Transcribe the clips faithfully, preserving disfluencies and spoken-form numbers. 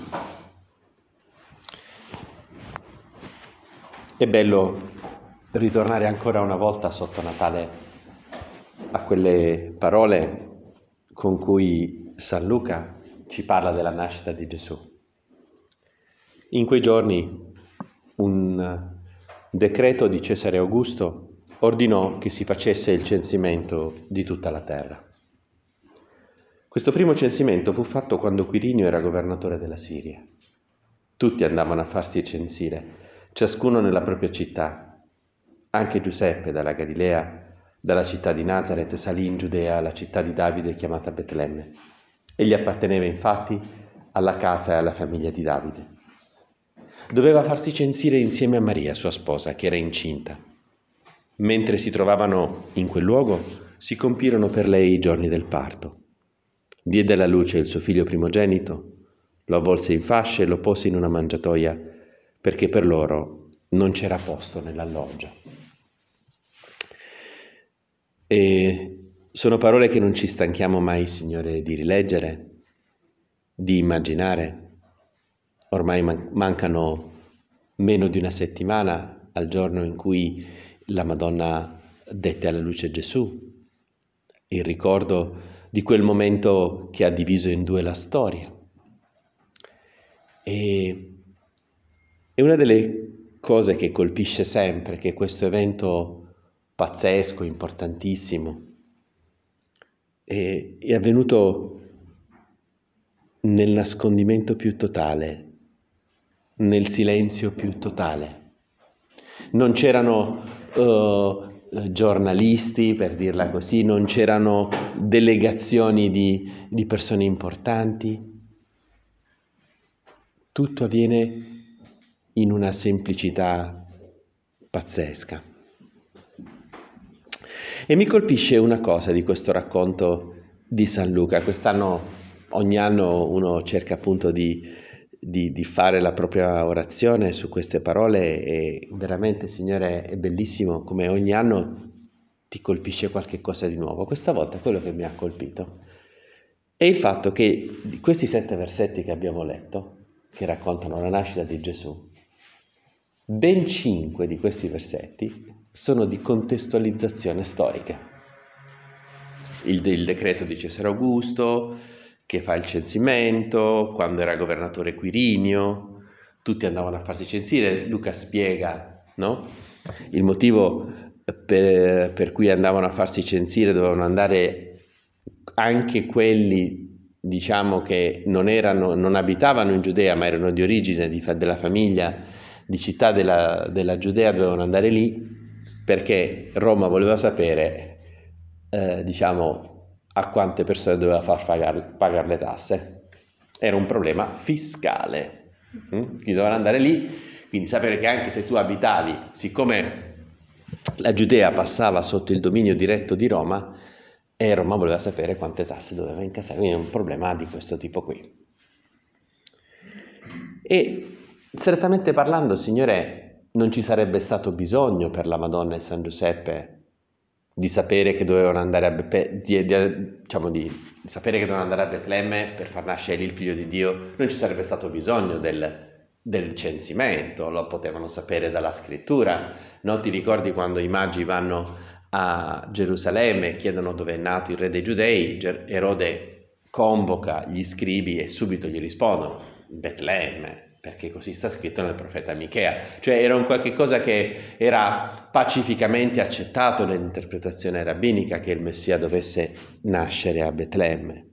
È bello ritornare ancora una volta sotto Natale a quelle parole con cui San Luca ci parla della nascita di Gesù. In quei giorni un decreto di Cesare Augusto ordinò che si facesse il censimento di tutta la terra. Questo primo censimento fu fatto quando Quirinio era governatore della Siria. Tutti andavano a farsi censire, ciascuno nella propria città. Anche Giuseppe dalla Galilea, dalla città di Nazaret, salì in Giudea, alla città di Davide chiamata Betlemme. Egli apparteneva infatti alla casa e alla famiglia di Davide. Doveva farsi censire insieme a Maria, sua sposa, che era incinta. Mentre si trovavano in quel luogo, si compirono per lei i giorni del parto. Diede alla luce il suo figlio primogenito, lo avvolse in fasce e lo pose in una mangiatoia, perché per loro non c'era posto nell'alloggio. E sono parole che non ci stanchiamo mai, Signore, di rileggere, di immaginare. Ormai man- mancano meno di una settimana al giorno in cui la Madonna dette alla luce Gesù, il ricordo di quel momento che ha diviso in due la storia. E, e una delle cose che colpisce sempre, che questo evento pazzesco, importantissimo, è, è avvenuto nel nascondimento più totale, nel silenzio più totale. Non c'erano uh, giornalisti, per dirla così, non c'erano delegazioni di, di persone importanti. Tutto avviene in una semplicità pazzesca. E mi colpisce una cosa di questo racconto di San Luca. Quest'anno, ogni anno uno cerca appunto di, di, di fare la propria orazione su queste parole e veramente, Signore, è bellissimo come ogni anno ti colpisce qualche cosa di nuovo. Questa volta quello che mi ha colpito è il fatto che di questi sette versetti che abbiamo letto, che raccontano la nascita di Gesù, ben cinque di questi versetti sono di contestualizzazione storica. Il, il decreto di Cesare Augusto, che fa il censimento, quando era governatore Quirinio, tutti andavano a farsi censire. Luca spiega, no? Il motivo per, per cui andavano a farsi censire, dovevano andare anche quelli, diciamo, che non erano, non abitavano in Giudea, ma erano di origine di, della famiglia di città della, della Giudea, dovevano andare lì perché Roma voleva sapere, eh, diciamo, a quante persone doveva far pagare, pagare le tasse. Era un problema fiscale. Mm? Chi doveva andare lì, quindi sapere che anche se tu abitavi, siccome la Giudea passava sotto il dominio diretto di Roma, e Roma voleva sapere quante tasse doveva incassare, quindi è un problema di questo tipo qui. E strettamente parlando, Signore, non ci sarebbe stato bisogno per la Madonna e San Giuseppe di sapere che dovevano andare a Be- di, di, diciamo di, di sapere che dovevano andare a Betlemme per far nascere il figlio di Dio. Non ci sarebbe stato bisogno del, del censimento, lo potevano sapere dalla scrittura. No? Ti ricordi quando i magi vanno a Gerusalemme e chiedono dove è nato il re dei Giudei? Erode convoca gli scribi e subito gli rispondono: Betlemme, perché così sta scritto nel profeta Michea. Cioè era un qualche cosa che era pacificamente accettato nell'interpretazione rabbinica, che il Messia dovesse nascere a Betlemme.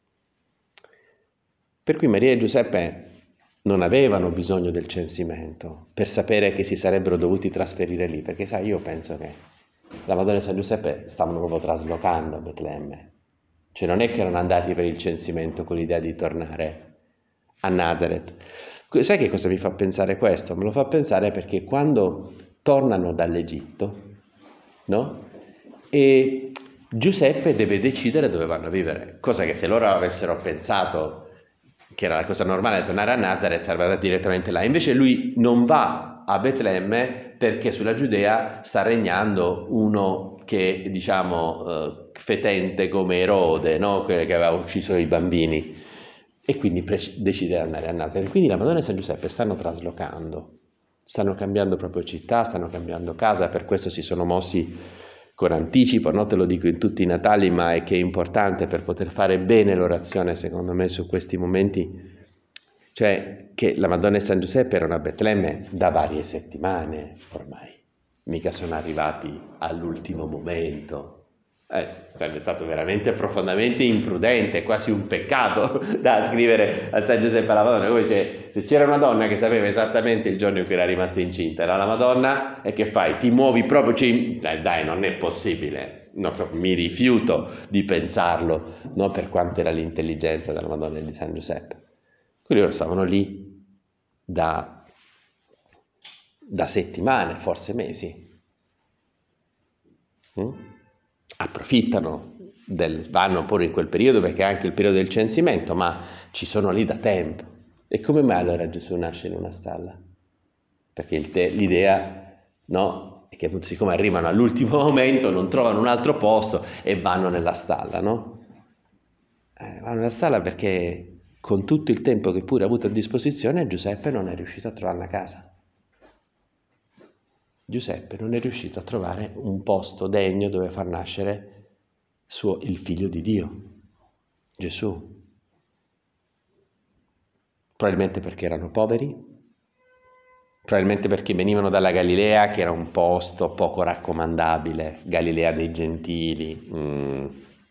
Per cui Maria e Giuseppe non avevano bisogno del censimento per sapere che si sarebbero dovuti trasferire lì, perché sai, io penso che la Madonna e San Giuseppe stavano proprio traslocando a Betlemme. Cioè non è che erano andati per il censimento con l'idea di tornare a Nazareth. Sai che cosa mi fa pensare questo? Me lo fa pensare perché quando tornano dall'Egitto, no? E Giuseppe deve decidere dove vanno a vivere, cosa che se loro avessero pensato che era la cosa normale tornare a Nazareth, sarebbe andato direttamente là. Invece lui non va a Betlemme perché sulla Giudea sta regnando uno che, diciamo, uh, fetente come Erode, no? Quello che aveva ucciso i bambini. e quindi pre- decide di andare a Nazareth. Quindi la Madonna e San Giuseppe stanno traslocando, stanno cambiando proprio città, stanno cambiando casa, per questo si sono mossi con anticipo, no? Te lo dico in tutti i Natali, ma è che è importante per poter fare bene l'orazione, secondo me, su questi momenti, cioè che la Madonna e San Giuseppe erano a Betlemme da varie settimane ormai, mica sono arrivati all'ultimo momento. Eh, sarebbe stato veramente profondamente imprudente, è quasi un peccato da scrivere a San Giuseppe alla Madonna. Come dice, se c'era una donna che sapeva esattamente il giorno in cui era rimasta incinta, era la Madonna, e che fai? Ti muovi proprio, cioè, dai, dai, non è possibile, no, mi rifiuto di pensarlo, no, per quanto era l'intelligenza della Madonna e di San Giuseppe. Quindi loro stavano lì da, da settimane, forse mesi. Mm? Approfittano, del, vanno pure in quel periodo perché è anche il periodo del censimento, ma ci sono lì da tempo. E come mai allora Gesù nasce in una stalla? Perché il te, l'idea, no, è che appunto siccome arrivano all'ultimo momento non trovano un altro posto e vanno nella stalla, no? Eh, vanno nella stalla perché con tutto il tempo che pure ha avuto a disposizione Giuseppe non è riuscito a trovare una casa. Giuseppe non è riuscito a trovare un posto degno dove far nascere suo, il figlio di Dio, Gesù. Probabilmente perché erano poveri, probabilmente perché venivano dalla Galilea, che era un posto poco raccomandabile, Galilea dei Gentili, mm.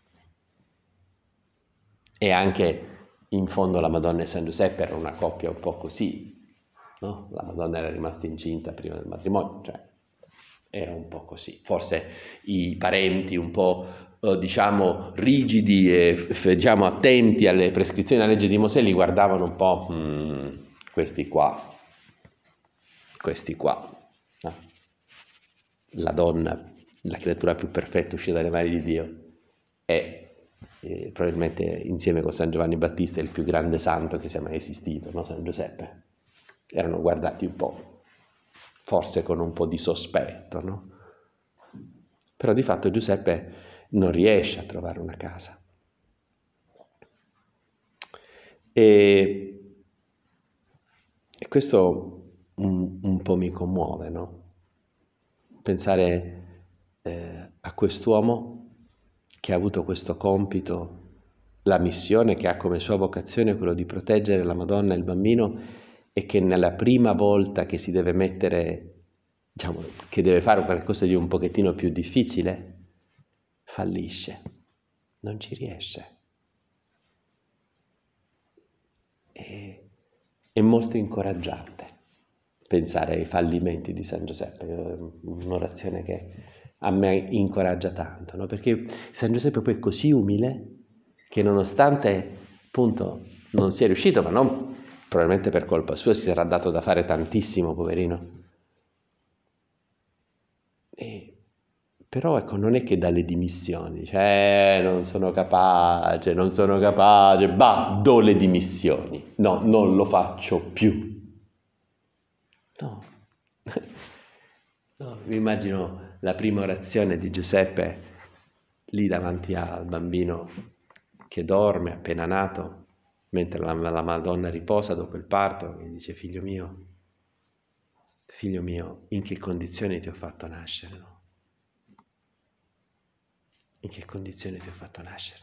E anche in fondo la Madonna e San Giuseppe erano una coppia un po' così, no? La Madonna era rimasta incinta prima del matrimonio, cioè era un po' così. Forse i parenti un po' eh, diciamo rigidi e diciamo attenti alle prescrizioni della legge di Mosè li guardavano un po' hmm, questi qua, questi qua. No? La donna, la creatura più perfetta uscita dalle mani di Dio, è eh, probabilmente insieme con San Giovanni Battista il più grande santo che sia mai esistito, no? San Giuseppe. Erano guardati un po', forse con un po' di sospetto, no? Però di fatto Giuseppe non riesce a trovare una casa. E, e questo un, un po' mi commuove, no? Pensare eh, a quest'uomo che ha avuto questo compito, la missione che ha come sua vocazione quello di proteggere la Madonna e il bambino, e che nella prima volta che si deve mettere, diciamo, che deve fare qualcosa di un pochettino più difficile, fallisce, non ci riesce. E, è molto incoraggiante pensare ai fallimenti di San Giuseppe, un'orazione che a me incoraggia tanto, no? Perché San Giuseppe poi è così umile che nonostante appunto non sia riuscito, ma non probabilmente per colpa sua, si sarà dato da fare tantissimo, poverino. E, però ecco, non è che dà le dimissioni, cioè non sono capace, non sono capace, bah, do le dimissioni, no, non lo faccio più. No, no, mi immagino la prima orazione di Giuseppe lì davanti al bambino che dorme appena nato, mentre la, la Madonna riposa dopo il parto, e dice: figlio mio, figlio mio, in che condizioni ti ho fatto nascere? No? In che condizioni ti ho fatto nascere?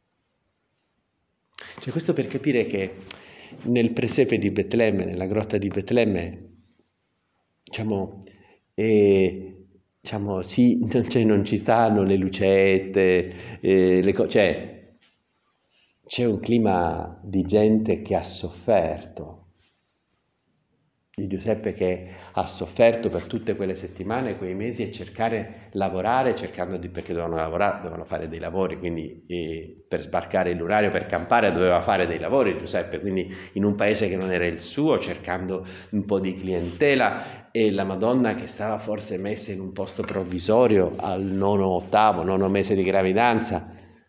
Cioè, questo per capire che nel presepe di Betlemme, nella grotta di Betlemme, diciamo, eh, diciamo sì, cioè, non ci stanno le lucette, eh, le co- cioè c'è un clima di gente che ha sofferto, di Giuseppe che ha sofferto per tutte quelle settimane, quei mesi, e cercare lavorare, cercando di, perché dovevano lavorare, dovevano fare dei lavori, quindi eh, per sbarcare il lunario, per campare doveva fare dei lavori Giuseppe, quindi in un paese che non era il suo, cercando un po' di clientela, e la Madonna che stava forse messa in un posto provvisorio al nono ottavo, nono mese di gravidanza.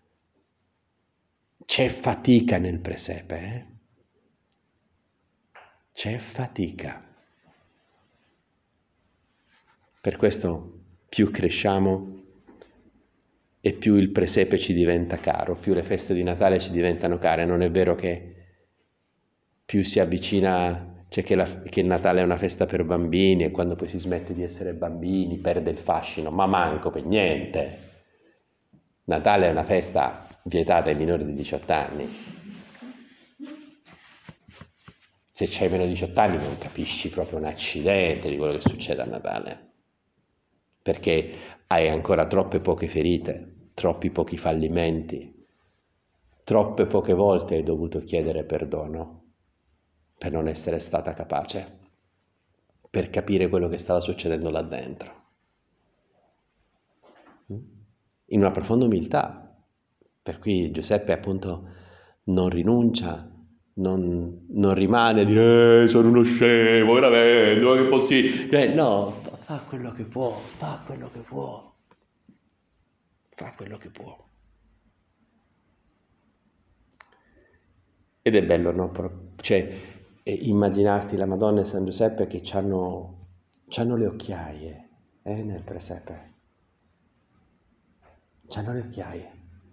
C'è fatica nel presepe, eh? C'è fatica. Per questo più cresciamo e più il presepe ci diventa caro, più le feste di Natale ci diventano care. Non è vero che più si avvicina, cioè che, la, che il Natale è una festa per bambini e quando poi si smette di essere bambini perde il fascino, ma manco per niente. Natale è una festa vietata ai minori di diciotto anni. Se c'hai meno di diciotto anni non capisci proprio un accidente di quello che succede a Natale, perché hai ancora troppe poche ferite, troppi pochi fallimenti, troppe poche volte hai dovuto chiedere perdono per non essere stata capace, per capire quello che stava succedendo là dentro. In una profonda umiltà, per cui Giuseppe appunto non rinuncia, non, non rimane a dire eh, sono uno scemo, veramente, ma che possibile? Eh, no, fa quello che può, fa quello che può, fa quello che può. Ed è bello, no? Cioè, immaginarti la Madonna e San Giuseppe che c'hanno, c'hanno le occhiaie eh, nel presepe. C'hanno le occhiaie.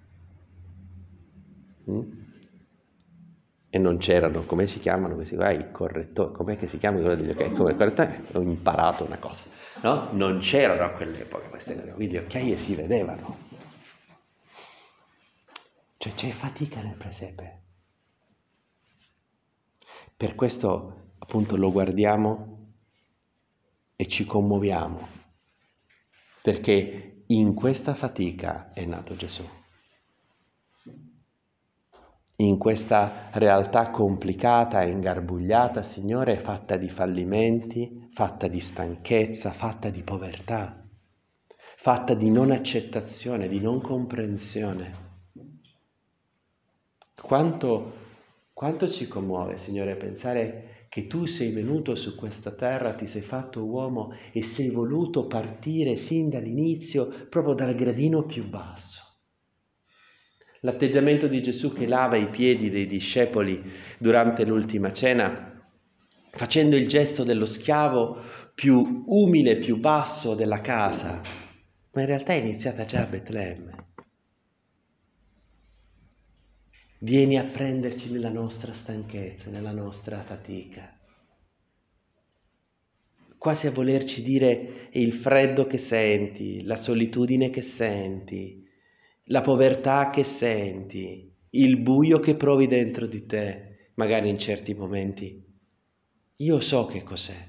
Mm? E non c'erano, come si chiamano questi qua? I correttori, com'è che si chiamano quello degli occhiali? Come correttori? Ho imparato una cosa, no? Non c'erano a quell'epoca queste cose, quindi le occhiaie si vedevano. Cioè c'è fatica nel presepe. Per questo appunto lo guardiamo e ci commuoviamo, perché in questa fatica è nato Gesù. In questa realtà complicata e ingarbugliata, Signore, fatta di fallimenti, fatta di stanchezza, fatta di povertà, fatta di non accettazione, di non comprensione. Quanto, quanto ci commuove, Signore, pensare che Tu sei venuto su questa terra, ti sei fatto uomo e sei voluto partire sin dall'inizio, proprio dal gradino più basso. L'atteggiamento di Gesù che lava i piedi dei discepoli durante l'ultima cena, facendo il gesto dello schiavo più umile, più basso della casa, ma in realtà è iniziata già a Betlemme. Vieni a prenderci nella nostra stanchezza, nella nostra fatica. Quasi a volerci dire è il freddo che senti, la solitudine che senti, la povertà che senti, il buio che provi dentro di te, magari in certi momenti. Io so che cos'è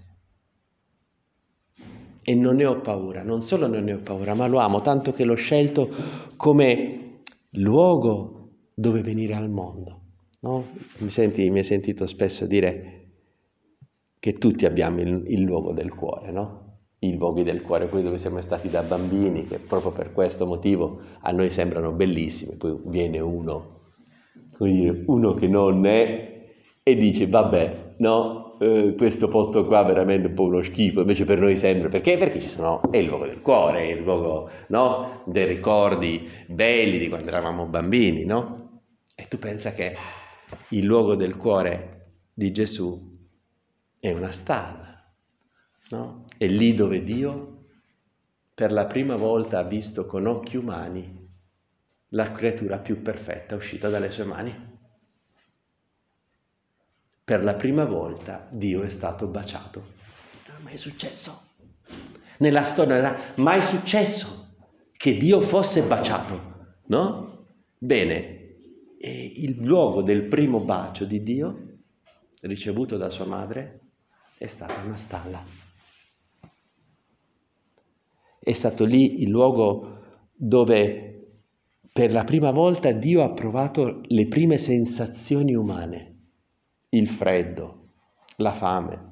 e non ne ho paura, non solo non ne ho paura, ma lo amo tanto che l'ho scelto come luogo dove venire al mondo. No? Mi, senti, mi hai sentito spesso dire che tutti abbiamo il, il luogo del cuore, no? I luoghi del cuore, quelli dove siamo stati da bambini, che proprio per questo motivo a noi sembrano bellissimi, poi viene uno, come dire, uno che non è e dice vabbè, no, eh, questo posto qua è veramente un po' uno schifo, invece per noi sembra, perché? Perché ci sono, è il luogo del cuore, è il luogo, no, dei ricordi belli di quando eravamo bambini, no? E tu pensa che il luogo del cuore di Gesù è una stalla, no? È lì dove Dio per la prima volta ha visto con occhi umani la creatura più perfetta uscita dalle sue mani. Per la prima volta Dio è stato baciato. Non è mai successo. Nella storia non era mai successo che Dio fosse baciato, no? Bene, e il luogo del primo bacio di Dio, ricevuto da sua madre, è stata una stalla. È stato lì il luogo dove per la prima volta Dio ha provato le prime sensazioni umane, il freddo, la fame.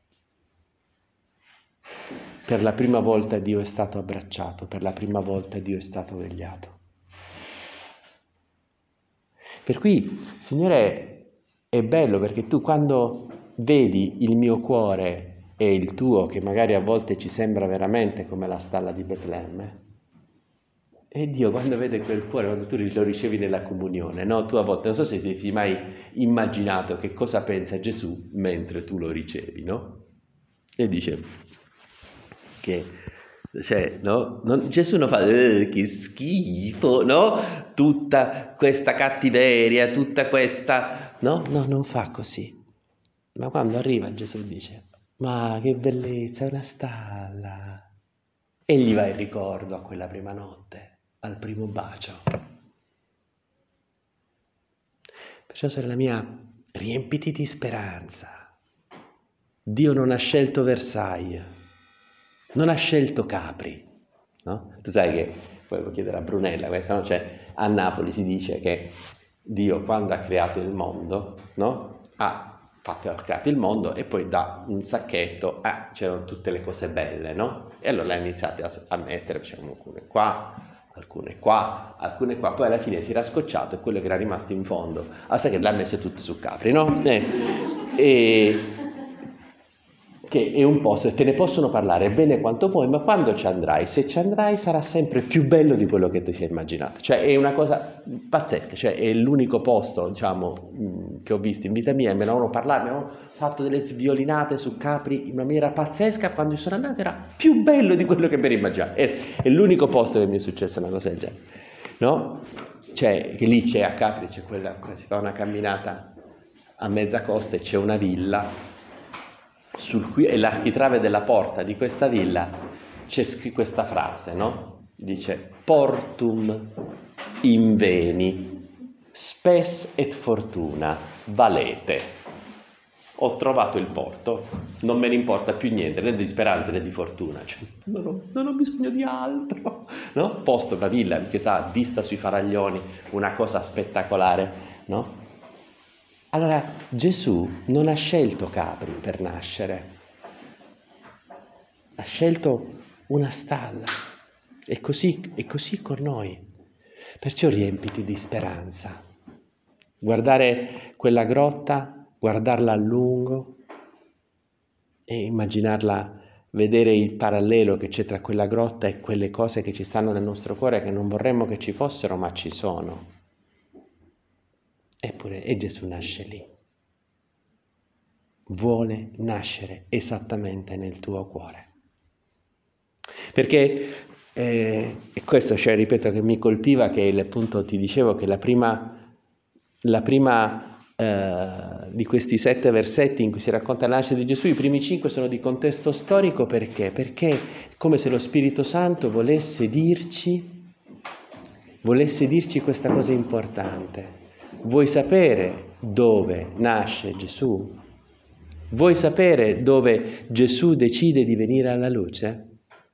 Per la prima volta Dio è stato abbracciato, per la prima volta Dio è stato vegliato. Per cui, Signore, è bello perché tu quando vedi il mio cuore e il tuo, che magari a volte ci sembra veramente come la stalla di Betlemme, e Dio quando vede quel cuore, quando tu lo ricevi nella comunione, no? Tu a volte, non so se ti sei mai immaginato che cosa pensa Gesù mentre tu lo ricevi, no? E dice che, cioè, no? Non, Gesù non fa, eh, che schifo, no? Tutta questa cattiveria, tutta questa, no? No, non fa così. Ma quando arriva Gesù dice, ma che bellezza, una stalla. E gli va il ricordo a quella prima notte, al primo bacio. Perciò, sorella mia, riempiti di speranza. Dio non ha scelto Versailles, non ha scelto Capri, no? Tu sai che, poi devo chiedere a Brunella questa, no? Cioè, a Napoli si dice che Dio quando ha creato il mondo, no? Ha fatto, ha creato il mondo e poi da un sacchetto, ah, c'erano tutte le cose belle, no? E allora le ha iniziate a, a mettere, diciamo, alcune qua, alcune qua, alcune qua, poi alla fine si era scocciato e quello che era rimasto in fondo, hasta che l'ha messo tutte su Capri, no? Eh, e che è un posto e te ne possono parlare bene quanto puoi, ma quando ci andrai, se ci andrai sarà sempre più bello di quello che ti sei immaginato. Cioè è una cosa pazzesca, cioè è l'unico posto, diciamo, che ho visto in vita mia e me ne avevano parlato, mi avevano fatto delle sviolinate su Capri in maniera pazzesca, quando sono andato era più bello di quello che mi ero immaginato. È, è l'unico posto che mi è successa una cosa del genere, no? Cioè che lì c'è a Capri, c'è quella, si fa una camminata a mezza costa e c'è una villa sul cui, e l'architrave della porta di questa villa c'è scritto questa frase, no? Dice portum inveni spes et fortuna valete. Ho trovato il porto, non me ne importa più niente, né di speranza né di fortuna, cioè, non, ho, non ho bisogno di altro, no? Posto, una villa che sta vista sui faraglioni, una cosa spettacolare, no? Allora Gesù non ha scelto Capri per nascere, ha scelto una stalla, e così, e così con noi. Perciò riempiti di speranza. Guardare quella grotta, guardarla a lungo e immaginarla, vedere il parallelo che c'è tra quella grotta e quelle cose che ci stanno nel nostro cuore che non vorremmo che ci fossero, ma ci sono. Eppure, e Gesù nasce lì. Vuole nascere esattamente nel tuo cuore. Perché, eh, e questo, cioè, ripeto, che mi colpiva, che appunto ti dicevo che la prima, la prima eh, di questi sette versetti in cui si racconta la nascita di Gesù, i primi cinque sono di contesto storico, perché? Perché è come se lo Spirito Santo volesse dirci, volesse dirci questa cosa importante. Vuoi sapere dove nasce Gesù? Vuoi sapere dove Gesù decide di venire alla luce?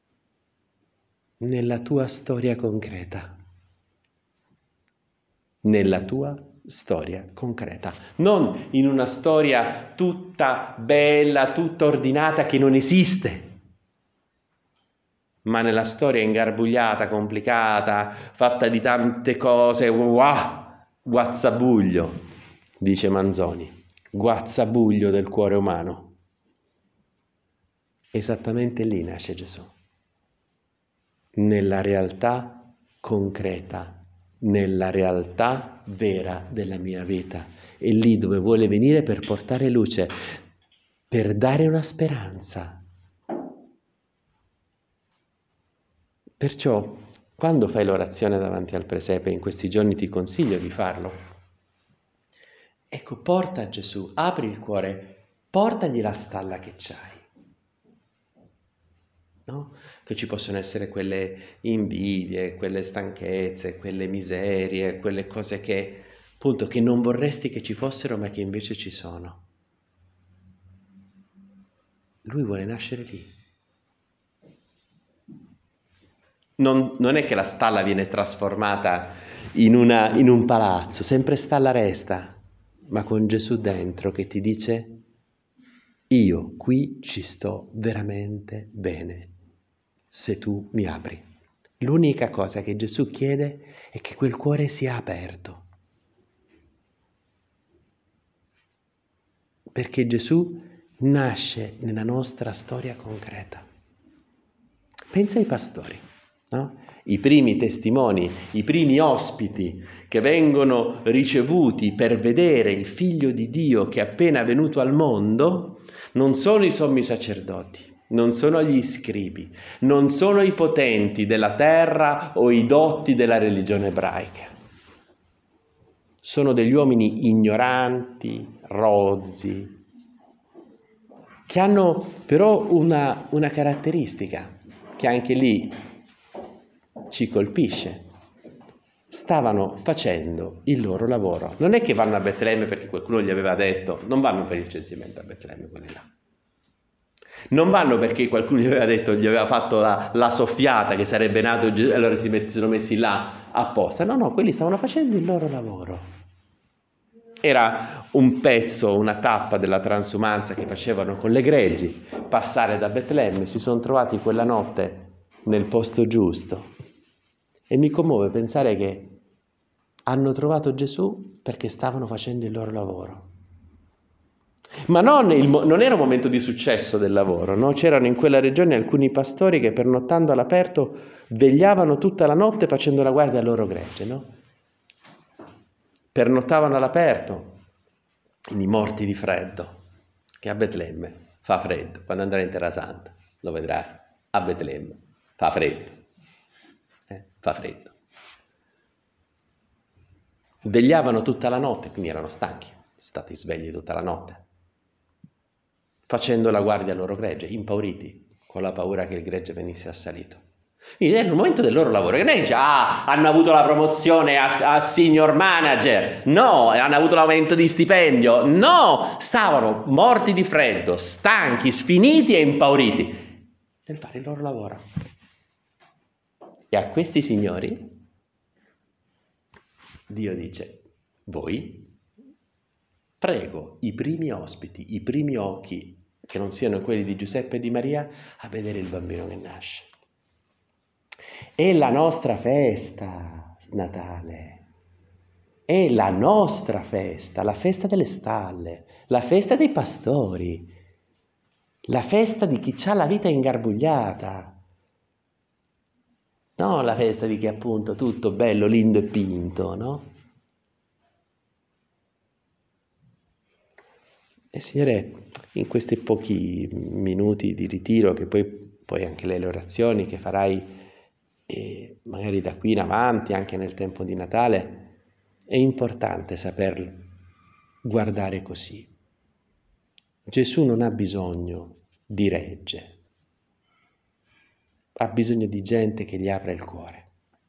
Nella tua storia concreta. Nella tua storia concreta. Non in una storia tutta bella, tutta ordinata che non esiste, ma nella storia ingarbugliata, complicata, fatta di tante cose, wow, guazzabuglio, dice Manzoni. Guazzabuglio del cuore umano. Esattamente lì nasce Gesù, nella realtà concreta, nella realtà vera della mia vita. È lì dove vuole venire per portare luce, per dare una speranza. Perciò, quando fai l'orazione davanti al presepe, in questi giorni ti consiglio di farlo. Ecco, porta a Gesù, apri il cuore, portagli la stalla che c'hai. No? Che ci possono essere quelle invidie, quelle stanchezze, quelle miserie, quelle cose che, appunto, che non vorresti che ci fossero, ma che invece ci sono. Lui vuole nascere lì. Non, non è che la stalla viene trasformata in, una, in un palazzo, sempre stalla resta, ma con Gesù dentro che ti dice: io qui ci sto veramente bene, se tu mi apri. L'unica cosa che Gesù chiede è che quel cuore sia aperto. Perché Gesù nasce nella nostra storia concreta. Pensa ai pastori, no? I primi testimoni, i primi ospiti che vengono ricevuti per vedere il Figlio di Dio che è appena venuto al mondo, non sono i sommi sacerdoti, non sono gli scribi, non sono i potenti della terra o i dotti della religione ebraica. Sono degli uomini ignoranti, rozzi, che hanno però una, una caratteristica che anche lì ci colpisce. Stavano facendo il loro lavoro. Non è che vanno a Betlemme perché qualcuno gli aveva detto, non vanno per il censimento a Betlemme quelli là. Non vanno perché qualcuno gli aveva detto, gli aveva fatto la, la soffiata che sarebbe nato Gesù e allora si met- sono messi là apposta. No, no, quelli stavano facendo il loro lavoro. Era un pezzo, una tappa della transumanza che facevano con le greggi, passare da Betlemme, si sono trovati quella notte nel posto giusto. E mi commuove pensare che hanno trovato Gesù perché stavano facendo il loro lavoro. Ma non, il, non era un momento di successo del lavoro, no? C'erano in quella regione alcuni pastori che pernottando all'aperto vegliavano tutta la notte facendo la guardia al loro gregge, no? Pernottavano all'aperto, quindi morti di freddo, che a Betlemme fa freddo, quando andrai in Terra Santa lo vedrai, a Betlemme fa freddo, eh? fa freddo. Vegliavano tutta la notte, quindi erano stanchi, stati svegli tutta la notte, facendo la guardia al loro gregge, impauriti, con la paura che il gregge venisse assalito. Quindi è il momento del loro lavoro, che non è dice, ah, hanno avuto la promozione a, a senior manager, no, hanno avuto l'aumento di stipendio, no, stavano morti di freddo, stanchi, sfiniti e impauriti nel fare il loro lavoro. E a questi signori Dio dice, voi, prego i primi ospiti, i primi occhi, che non siano quelli di Giuseppe e di Maria, a vedere il bambino che nasce. È la nostra festa, Natale. È la nostra festa, la festa delle stalle, la festa dei pastori, la festa di chi ha la vita ingarbugliata. No, la festa di chi appunto tutto bello, lindo e pinto, no? E Signore, in questi pochi minuti di ritiro, che poi, poi anche le orazioni che farai, eh, magari da qui in avanti, anche nel tempo di Natale, è importante saper guardare così. Gesù non ha bisogno di regge, ha bisogno di gente che gli apra il cuore.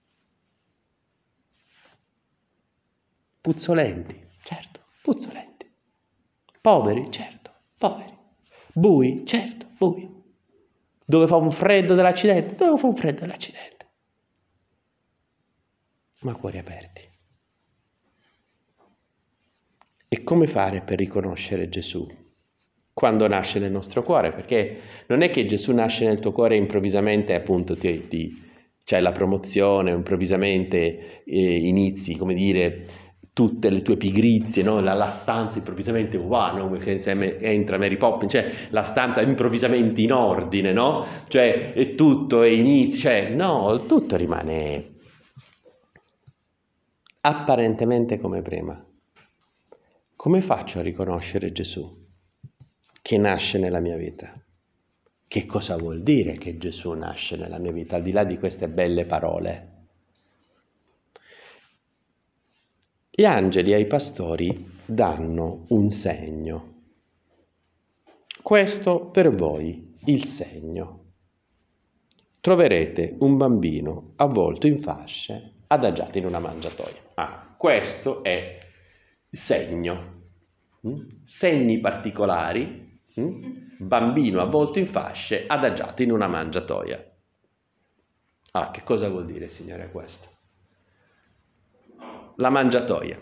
Puzzolenti, certo, puzzolenti. Poveri, certo, poveri. Bui, certo, bui. Dove fa un freddo dell'accidente? Dove fa un freddo dell'accidente? Ma cuori aperti. E come fare per riconoscere Gesù quando nasce nel nostro cuore? Perché non è che Gesù nasce nel tuo cuore e improvvisamente appunto ti, ti, c'hai la promozione, improvvisamente eh, inizi, come dire, tutte le tue pigrizie, no? la, la stanza improvvisamente, wow, no? Perché insieme entra Mary Poppins, cioè la stanza improvvisamente in ordine, no? Cioè è tutto, è inizio, cioè no, tutto rimane apparentemente come prima. Come faccio a riconoscere Gesù che nasce nella mia vita? Che cosa vuol dire che Gesù nasce nella mia vita, al di là di queste belle parole? Gli angeli ai pastori danno un segno. Questo per voi il segno. Troverete un bambino avvolto in fasce, adagiato in una mangiatoia. Ah, questo è il segno. Segni particolari, bambino avvolto in fasce, adagiato in una mangiatoia. Ah, che cosa vuol dire, Signore, questo? La mangiatoia.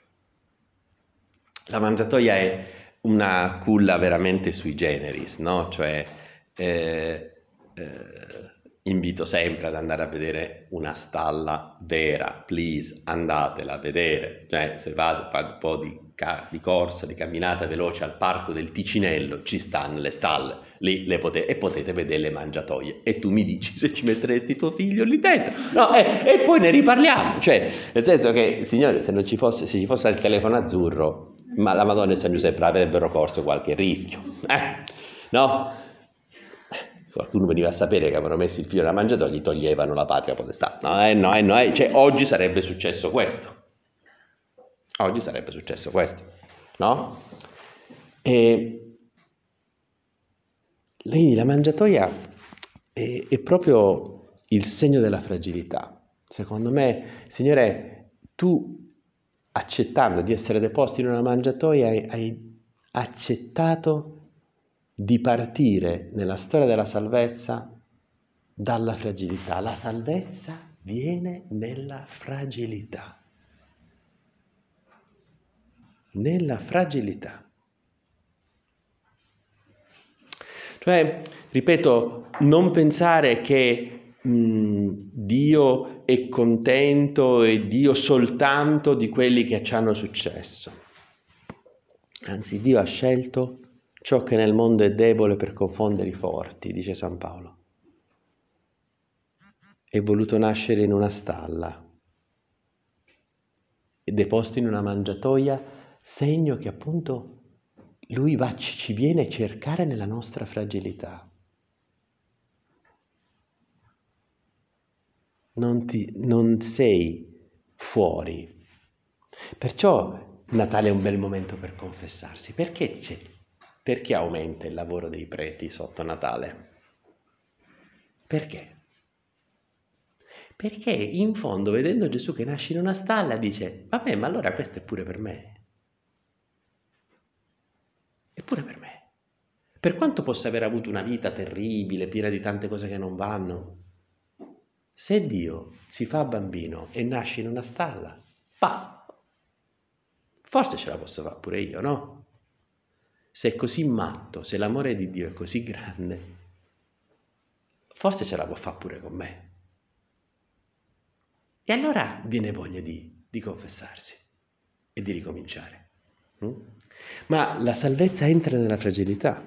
La mangiatoia è una culla veramente sui generis, no? Cioè, eh, eh, invito sempre ad andare a vedere una stalla vera, please, andatela a vedere. Cioè, se vado a fare un po' di, di corsa, di camminata veloce al parco del Ticinello, ci stanno le stalle, lì le potete, e potete vedere le mangiatoie. E tu mi dici se ci metteresti tuo figlio lì dentro. No, e, e poi ne riparliamo. Cioè, nel senso che, signore, se non ci fosse, se ci fosse il telefono azzurro, ma la Madonna e San Giuseppe avrebbero corso qualche rischio. Eh? No? Qualcuno veniva a sapere che avevano messo il figlio nella mangiatoia, gli toglievano la patria potestà. No, eh, no, eh, no, eh. Cioè, oggi sarebbe successo questo. Oggi sarebbe successo questo, no? E quindi la mangiatoia è, è proprio il segno della fragilità. Secondo me, Signore, tu accettando di essere deposto in una mangiatoia hai, hai accettato di partire nella storia della salvezza dalla fragilità. La salvezza viene nella fragilità. Nella fragilità. Cioè, ripeto, non pensare che mh, Dio è contento e Dio soltanto di quelli che ci hanno successo. Anzi, Dio ha scelto ciò che nel mondo è debole per confondere i forti, dice San Paolo. È voluto nascere in una stalla, è deposto in una mangiatoia, segno che appunto Lui va, ci viene a cercare nella nostra fragilità. Non, ti, non sei fuori. Perciò Natale è un bel momento per confessarsi. Perché c'è? Perché aumenta il lavoro dei preti sotto Natale? Perché? Perché in fondo, vedendo Gesù che nasce in una stalla, dice: vabbè, ma allora questo è pure per me. È pure per me. Per quanto possa aver avuto una vita terribile, piena di tante cose che non vanno, se Dio si fa bambino e nasce in una stalla, bah, forse ce la posso fare pure io, no? Se è così matto, se l'amore di Dio è così grande, forse ce la può fare pure con me. E allora viene voglia di, di confessarsi e di ricominciare. Mm? Ma la salvezza entra nella fragilità.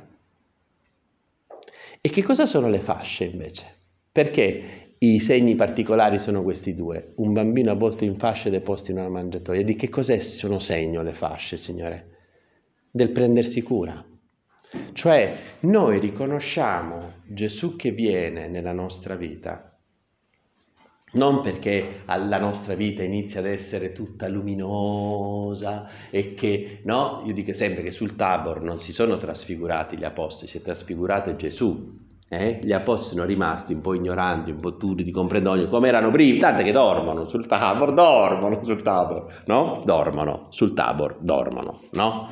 E che cosa sono le fasce invece? Perché i segni particolari sono questi due? Un bambino avvolto in fasce deposto in una mangiatoia. Di che cos'è sono segno le fasce, Signore? Del prendersi cura. Cioè noi riconosciamo Gesù che viene nella nostra vita non perché la nostra vita inizia ad essere tutta luminosa e che, no? Io dico sempre che sul Tabor non si sono trasfigurati gli apostoli, si è trasfigurato Gesù. Eh? Gli apostoli sono rimasti un po' ignoranti, un po' turri di comprendogno, come erano prima, tante che dormono sul Tabor, dormono sul Tabor, no? Dormono sul Tabor, dormono, no?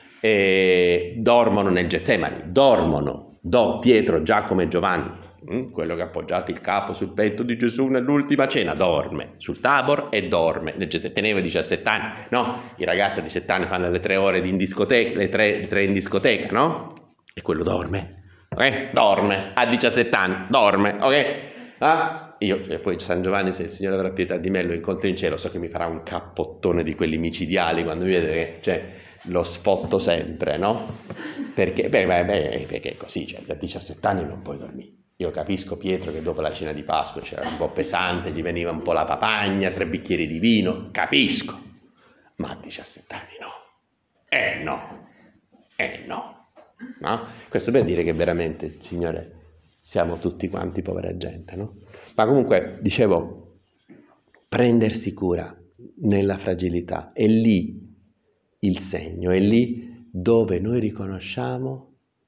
E dormono nel Getsemani, dormono, do, Pietro, Giacomo e Giovanni. Quello che ha appoggiato il capo sul petto di Gesù nell'ultima cena dorme sul Tabor e dorme. Teneva diciassette anni, no? I ragazzi a diciassette anni fanno le tre ore in discoteca, le tre, le tre in discoteca, no? E quello dorme, ok? Dorme a diciassette anni, dorme, ok? Ah? Io, e poi San Giovanni, se il Signore avrà pietà di me, lo incontro in cielo, so che mi farà un cappottone di quelli micidiali quando mi vede che, cioè, lo sfotto sempre, no? Perché, beh, beh, beh, perché è così, cioè, da diciassette anni non puoi dormire. Io capisco Pietro che dopo la cena di Pasqua c'era un po' pesante, gli veniva un po' la papagna, tre bicchieri di vino, capisco, ma a diciassette anni no, eh no, eh no, no? Questo per dire che veramente, Signore, siamo tutti quanti povera gente, no? Ma comunque, dicevo, prendersi cura nella fragilità, è lì il segno, è lì dove noi riconosciamo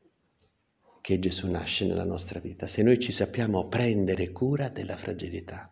che Gesù nasce nella nostra vita, se noi ci sappiamo prendere cura della fragilità,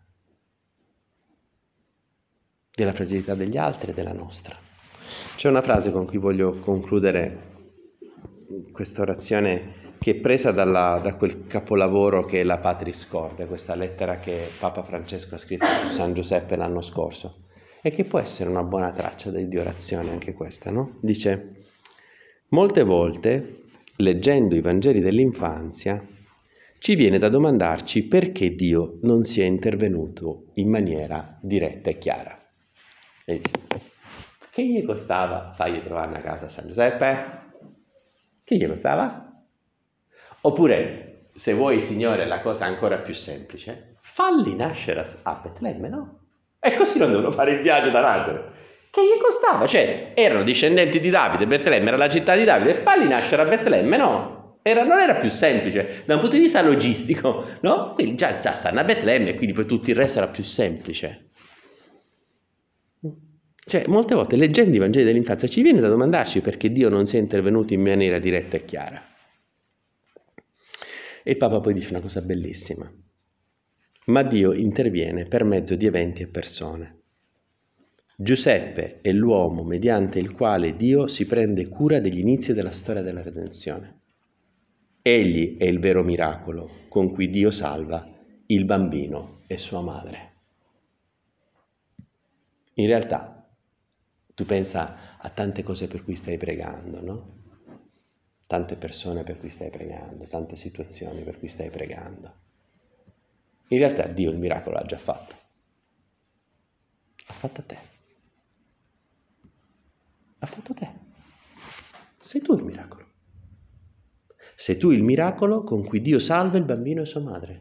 della fragilità degli altri e della nostra. C'è una frase con cui voglio concludere questa orazione che è presa dalla, da quel capolavoro che è la Patris Corde, questa lettera che Papa Francesco ha scritto su San Giuseppe l'anno scorso e che può essere una buona traccia di orazione anche questa, no? Dice: molte volte leggendo i Vangeli dell'infanzia, ci viene da domandarci perché Dio non sia intervenuto in maniera diretta e chiara. E che gli costava fargli trovare una casa a San Giuseppe? Che gli costava? Oppure, se vuoi, Signore, la cosa ancora più semplice, falli nascere a Betlemme, no? E così non devono fare il viaggio da Nazareth. Che gli costava? Cioè, erano discendenti di Davide, Betlemme era la città di Davide, e falli nascere a Betlemme, no? Era, non era più semplice, da un punto di vista logistico, no? Quindi già, già stanno a Betlemme e quindi poi tutto il resto era più semplice. Cioè, molte volte, leggendo i Vangeli dell'infanzia, ci viene da domandarci perché Dio non sia intervenuto in maniera diretta e chiara. E il Papa poi dice una cosa bellissima. Ma Dio interviene per mezzo di eventi e persone. Giuseppe è l'uomo mediante il quale Dio si prende cura degli inizi della storia della redenzione. Egli è il vero miracolo con cui Dio salva il bambino e sua madre. In realtà, tu pensa a tante cose per cui stai pregando, no? Tante persone per cui stai pregando, tante situazioni per cui stai pregando. In realtà Dio il miracolo l'ha già fatto. Ha fatto a te. Ha fatto te. Sei tu il miracolo. Sei tu il miracolo con cui Dio salva il bambino e sua madre.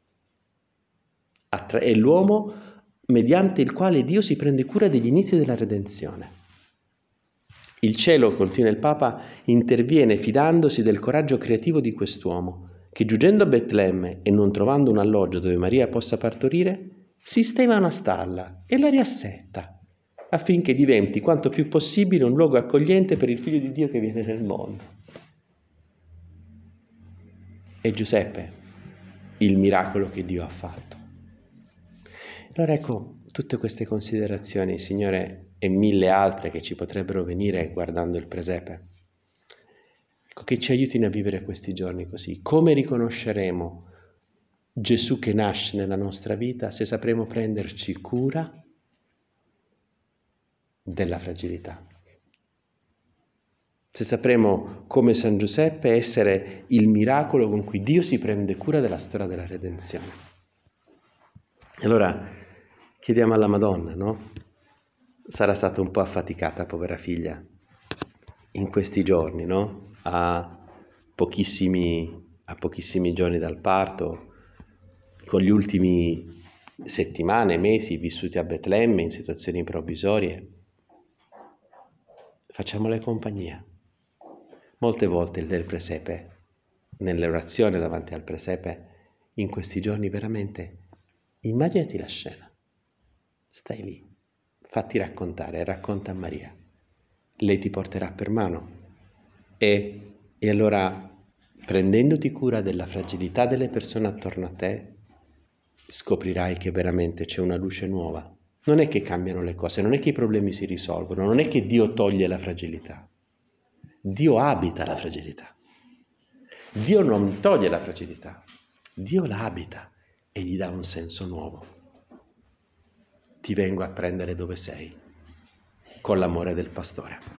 È l'uomo mediante il quale Dio si prende cura degli inizi della redenzione. Il cielo, continua il Papa, interviene fidandosi del coraggio creativo di quest'uomo, che giungendo a Betlemme e non trovando un alloggio dove Maria possa partorire, sistema una stalla e la riassetta, affinché diventi quanto più possibile un luogo accogliente per il Figlio di Dio che viene nel mondo. E Giuseppe, il miracolo che Dio ha fatto. Allora ecco, tutte queste considerazioni, Signore, e mille altre che ci potrebbero venire guardando il presepe, ecco, che ci aiutino a vivere questi giorni così. Come riconosceremo Gesù che nasce nella nostra vita se sapremo prenderci cura della fragilità? Se sapremo, come San Giuseppe, essere il miracolo con cui Dio si prende cura della storia della redenzione. Allora chiediamo alla Madonna, no? Sarà stata un po' affaticata, povera figlia, in questi giorni, no? A pochissimi, a pochissimi giorni dal parto, con gli ultimi settimane, mesi vissuti a Betlemme in situazioni provvisorie. Facciamole compagnia. Molte volte il del presepe, nell'orazione davanti al presepe, in questi giorni veramente, immaginati la scena. Stai lì, fatti raccontare, racconta a Maria. Lei ti porterà per mano e, e allora, prendendoti cura della fragilità delle persone attorno a te, scoprirai che veramente c'è una luce nuova. Non è che cambiano le cose, non è che i problemi si risolvono, non è che Dio toglie la fragilità. Dio abita la fragilità. Dio non toglie la fragilità, Dio la abita e gli dà un senso nuovo. Ti vengo a prendere dove sei, con l'amore del pastore.